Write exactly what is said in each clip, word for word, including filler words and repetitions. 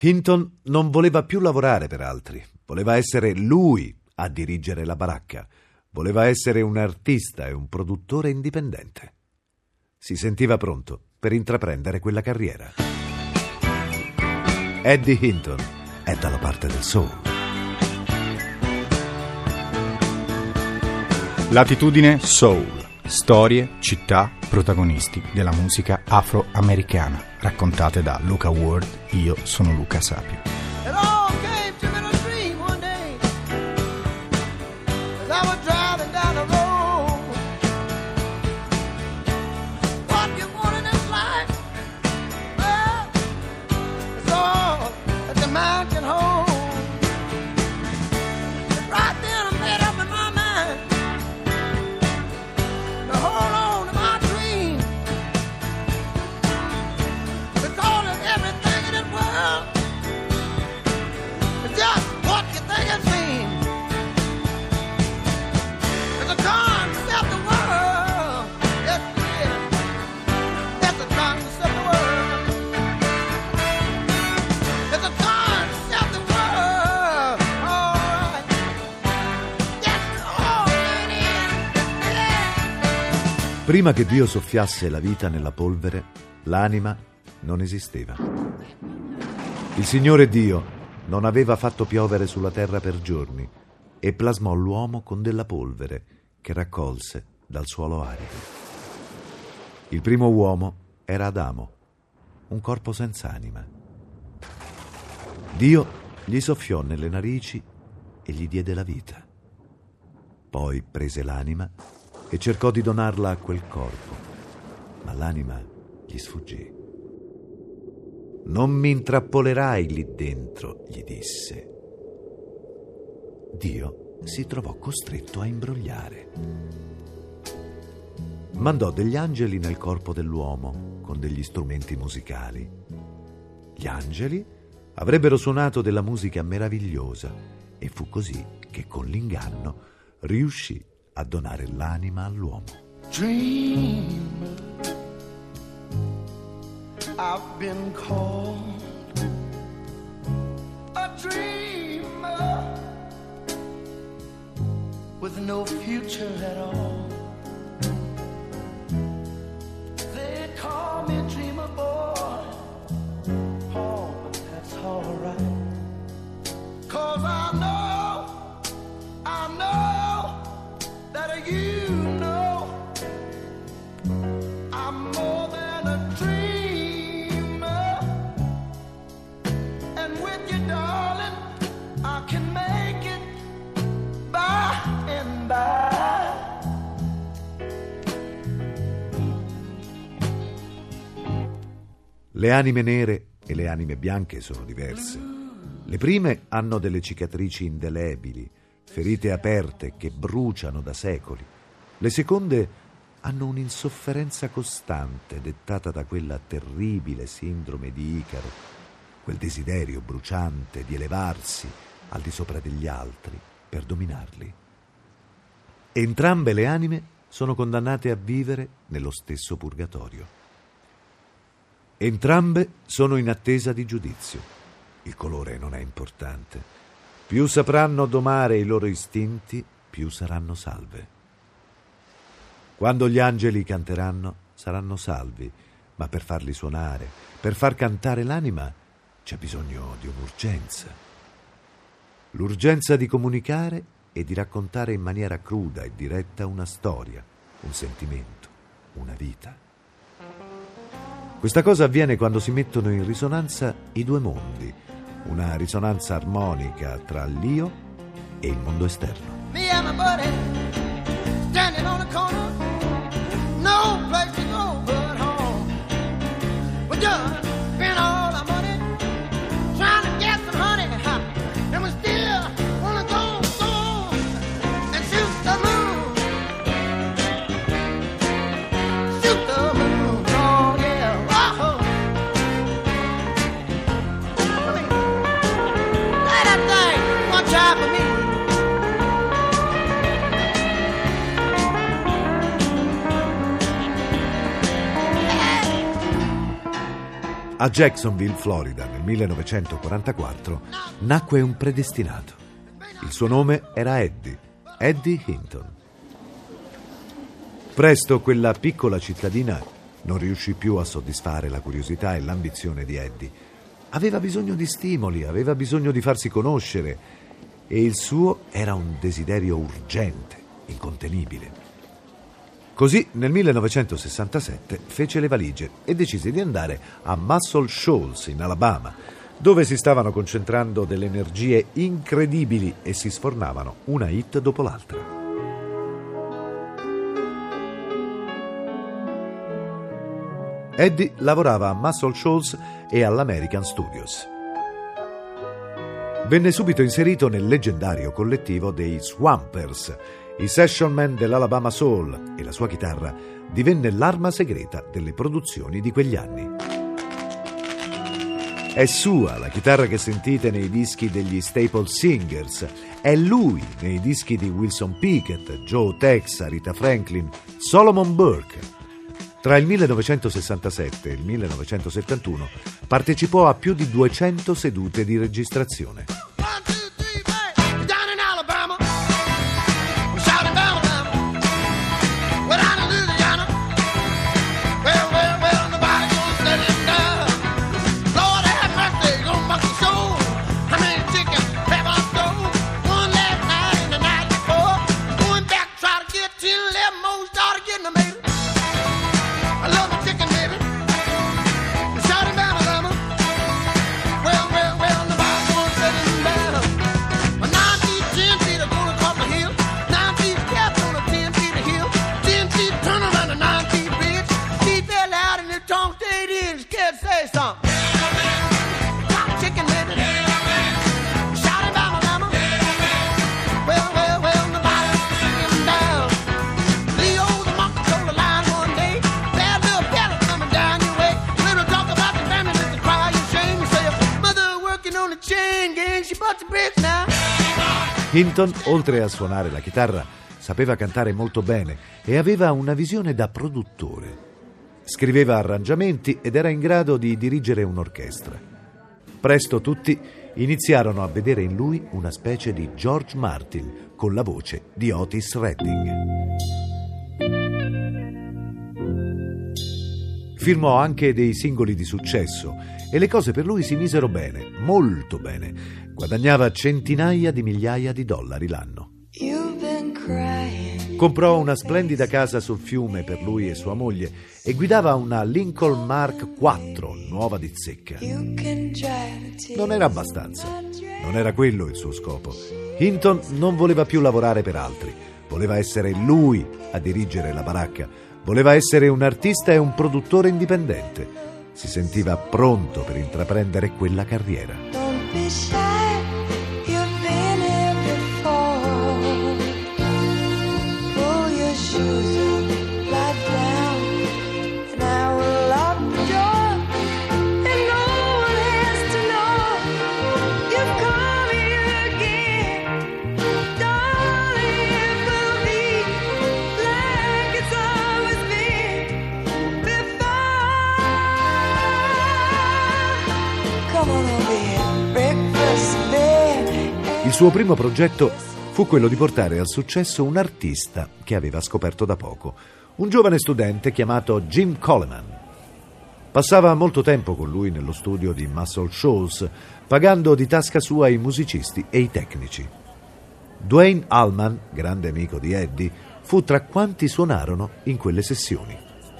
Hinton non voleva più lavorare per altri, voleva essere lui a dirigere la baracca, voleva essere un artista e un produttore indipendente. Si sentiva pronto per intraprendere quella carriera. Eddie Hinton è dalla parte del soul. Latitudine Soul. Storie, città, protagonisti della musica afroamericana, raccontate da Luca Ward. Io sono Luca Sapio. Prima che Dio soffiasse la vita nella polvere, l'anima non esisteva. Il Signore Dio non aveva fatto piovere sulla terra per giorni e plasmò l'uomo con della polvere che raccolse dal suolo arido. Il primo uomo era Adamo, un corpo senza anima. Dio gli soffiò nelle narici e gli diede la vita. Poi prese l'anima e cercò di donarla a quel corpo, ma l'anima gli sfuggì. «Non mi intrappolerai lì dentro», gli disse. Dio si trovò costretto a imbrogliare. Mandò degli angeli nel corpo dell'uomo con degli strumenti musicali. Gli angeli avrebbero suonato della musica meravigliosa e fu così che con l'inganno riuscì a donare l'anima all'uomo. Dreamer, I've been called a dreamer with no future at all. They call me dreamer boy, oh, but that's all right, 'cause I know, I know that you know I'm more than a dreamer, and with you, darling, I can make it by and by. Le anime nere e le anime bianche sono diverse. Le prime hanno delle cicatrici indelebili, ferite aperte che bruciano da secoli. Le seconde hanno un'insofferenza costante dettata da quella terribile sindrome di Icaro, quel desiderio bruciante di elevarsi al di sopra degli altri per dominarli. Entrambe le anime sono condannate a vivere nello stesso purgatorio. Entrambe sono in attesa di giudizio. Il colore non è importante. Più sapranno domare i loro istinti, più saranno salve. Quando gli angeli canteranno, saranno salvi, ma per farli suonare, per far cantare l'anima, c'è bisogno di un'urgenza. L'urgenza di comunicare e di raccontare in maniera cruda e diretta una storia, un sentimento, una vita. Questa cosa avviene quando si mettono in risonanza i due mondi, una risonanza armonica tra l'io e il mondo esterno. Me and my buddy standing on the corner, no place to go but home. We just spent all our money trying to get some honey, and we still wanna go, go and shoot the moon, shoot the moon, oh yeah, whoa. Play that thing one time for me. A Jacksonville, Florida, nel millenovecentoquarantaquattro, nacque un predestinato. Il suo nome era Eddie, Eddie Hinton. Presto quella piccola cittadina non riuscì più a soddisfare la curiosità e l'ambizione di Eddie. Aveva bisogno di stimoli, aveva bisogno di farsi conoscere e il suo era un desiderio urgente, incontenibile. Così nel millenovecentosessantasette fece le valigie e decise di andare a Muscle Shoals in Alabama, dove si stavano concentrando delle energie incredibili e si sfornavano una hit dopo l'altra. Eddie lavorava a Muscle Shoals e all'American Studios. Venne subito inserito nel leggendario collettivo dei Swampers. I session man dell'Alabama Soul e la sua chitarra divenne l'arma segreta delle produzioni di quegli anni. È sua la chitarra che sentite nei dischi degli Staple Singers, è lui nei dischi di Wilson Pickett, Joe Tex, Aretha Franklin, Solomon Burke. Tra il millenovecentosessantasette e il millenovecentosettantuno partecipò a più di duecento sedute di registrazione. Hinton, oltre a suonare la chitarra, sapeva cantare molto bene e aveva una visione da produttore. Scriveva arrangiamenti ed era in grado di dirigere un'orchestra. Presto tutti iniziarono a vedere in lui una specie di George Martin con la voce di Otis Redding. Firmò anche dei singoli di successo e le cose per lui si misero bene, molto bene. Guadagnava centinaia di migliaia di dollari l'anno. Comprò una splendida casa sul fiume per lui e sua moglie e guidava una Lincoln Mark quattro, nuova di zecca. Non era abbastanza, non era quello il suo scopo. Hinton non voleva più lavorare per altri, voleva essere lui a dirigere la baracca, voleva essere un artista e un produttore indipendente. Si sentiva pronto per intraprendere quella carriera. Il suo primo progetto fu quello di portare al successo un artista che aveva scoperto da poco, un giovane studente chiamato Jim Coleman. Passava molto tempo con lui nello studio di Muscle Shoals, pagando di tasca sua i musicisti e i tecnici. Duane Allman, grande amico di Eddie, fu tra quanti suonarono in quelle sessioni.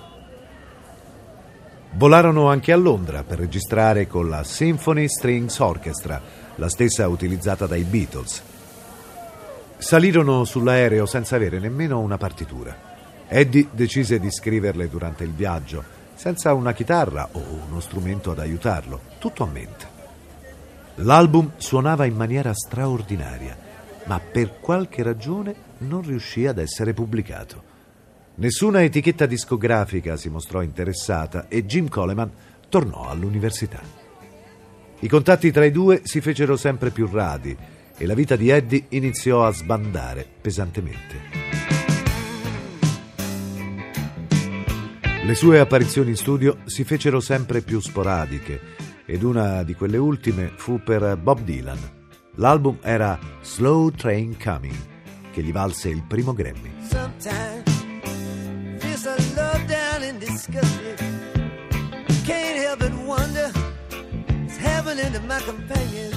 Volarono anche a Londra per registrare con la Symphony Strings Orchestra, la stessa utilizzata dai Beatles. Salirono sull'aereo senza avere nemmeno una partitura. Eddie decise di scriverle durante il viaggio, senza una chitarra o uno strumento ad aiutarlo, tutto a mente. L'album suonava in maniera straordinaria, ma per qualche ragione non riuscì ad essere pubblicato. Nessuna etichetta discografica si mostrò interessata e Jim Coleman tornò all'università. I contatti tra i due si fecero sempre più radi e la vita di Eddie iniziò a sbandare pesantemente. Le sue apparizioni in studio si fecero sempre più sporadiche ed una di quelle ultime fu per Bob Dylan. L'album era Slow Train Coming, che gli valse il primo Grammy. Sometimes feel so low down and disgusted. Can't help but wonder what's happening to my companion.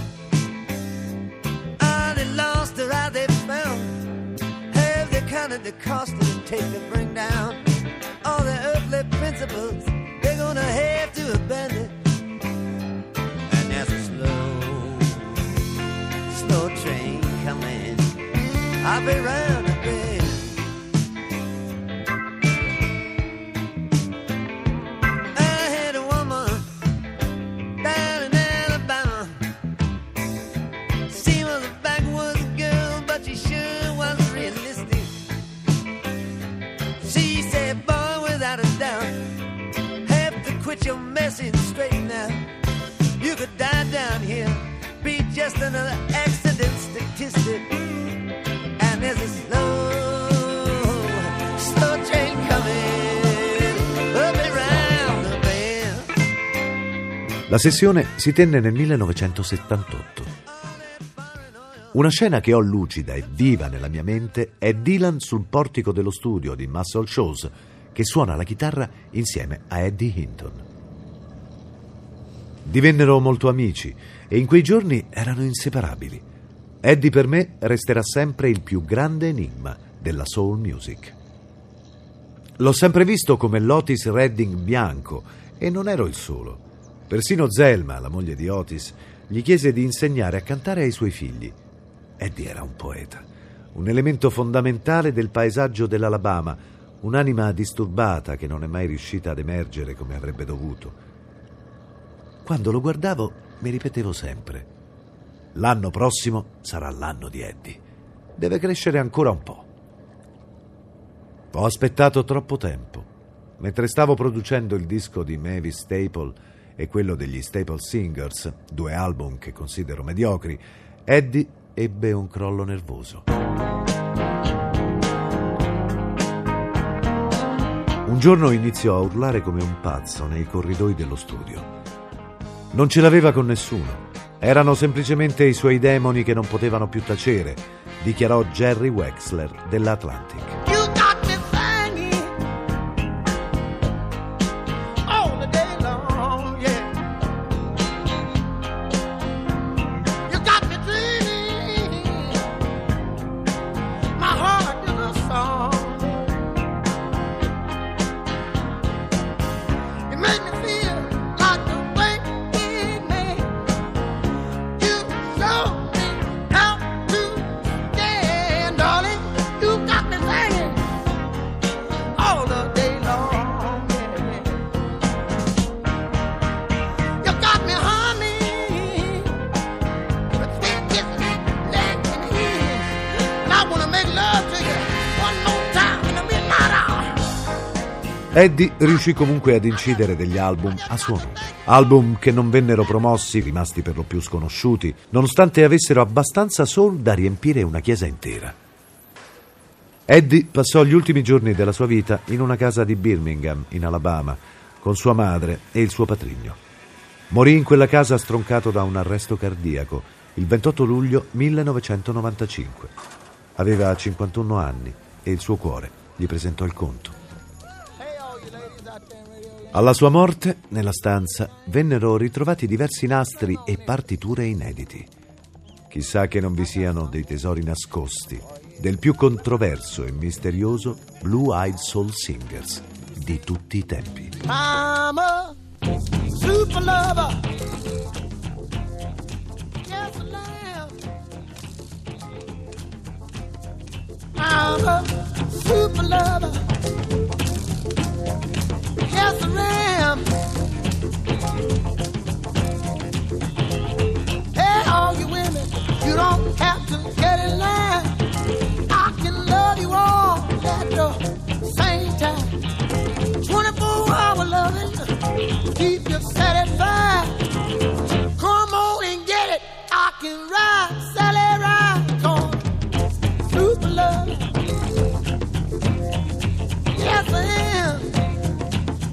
Are they lost or are they found? Have they counted the cost it take to bring down all the earthly principles they're gonna have to abandon? And there's a slow, slow train coming. I'll be round the bend. I had a woman down in Alabama. She was a backwoods girl, but she sure was realistic. She said, boy, without a doubt, have to quit your messing straight now. You could die down here, be just another accident statistic. And there's a slow, slow train coming up around the bend. La sessione si tenne nel millenovecentosettantotto. Una scena che ho lucida e viva nella mia mente è Dylan sul portico dello studio di Muscle Shoals, che suona la chitarra insieme a Eddie Hinton. Divennero molto amici e in quei giorni erano inseparabili. Eddie per me resterà sempre il più grande enigma della soul music. L'ho sempre visto come l'Otis Redding bianco e non ero il solo. Persino Zelma, la moglie di Otis, gli chiese di insegnare a cantare ai suoi figli. Eddie era un poeta, un elemento fondamentale del paesaggio dell'Alabama, un'anima disturbata che non è mai riuscita ad emergere come avrebbe dovuto. Quando lo guardavo mi ripetevo sempre: l'anno prossimo sarà l'anno di Eddie. Deve crescere ancora un po'. Ho aspettato troppo tempo. Mentre stavo producendo il disco di Mavis Staple e quello degli Staple Singers, due album che considero mediocri, Eddie ebbe un crollo nervoso. Un giorno iniziò a urlare come un pazzo nei corridoi dello studio. Non ce l'aveva con nessuno. Erano semplicemente i suoi demoni che non potevano più tacere, dichiarò Jerry Wexler dell'Atlantic. You got me singing all the day long, yeah. You got me dreaming my heart is a song. It made me feel like the way it made you show me how to stand, darling. You got me singing all the day long, yeah. You got me humming with sweet kisses, legs and ears, and I wanna make love to you one more time in the midnight hour. Eddie riuscì comunque ad incidere degli album a suo nome. Album che non vennero promossi, rimasti per lo più sconosciuti, nonostante avessero abbastanza soul da riempire una chiesa intera. Eddie passò gli ultimi giorni della sua vita in una casa di Birmingham, in Alabama, con sua madre e il suo patrigno. Morì in quella casa stroncato da un arresto cardiaco il ventotto luglio millenovecentonovantacinque. Aveva cinquantuno anni e il suo cuore gli presentò il conto. Alla sua morte, nella stanza, vennero ritrovati diversi nastri e partiture inediti. Chissà che non vi siano dei tesori nascosti del più controverso e misterioso Blue Eyed Soul Singers di tutti i tempi. I'm a super lover. Yes, I am. I'm a super lover. Yes, I am. Hey, all you women, you don't have to get in line. I can love you all at the same time. twenty-four hour loving, keep you satisfied. Come on and get it. I can ride, Sally ride, come super love. Yes, I am.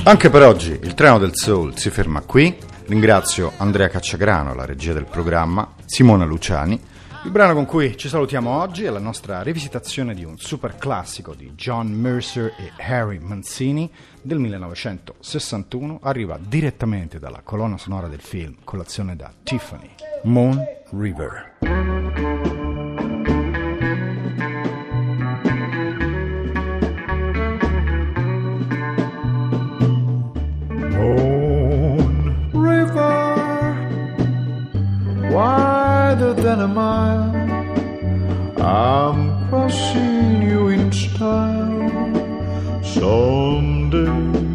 Anche per oggi il treno del soul si ferma qui. Ringrazio Andrea Cacciagrano, la regia del programma, Simona Luciani. Il brano con cui ci salutiamo oggi è la nostra rivisitazione di un super classico di John Mercer e Harry Mancini del millenovecentosessantuno. Arriva direttamente dalla colonna sonora del film Colazione da Tiffany, Moon River. Wider than a mile, I'm crossing you in style someday.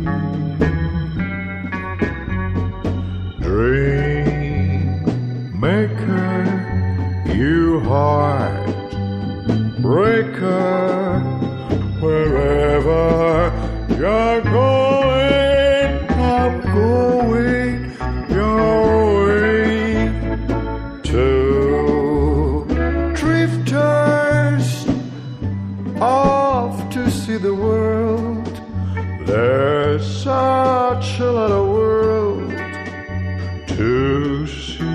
Dream maker, you heart breaker, wherever you're going, I'm going your way. Two drifters off to see the world. There's such a lot of world to see.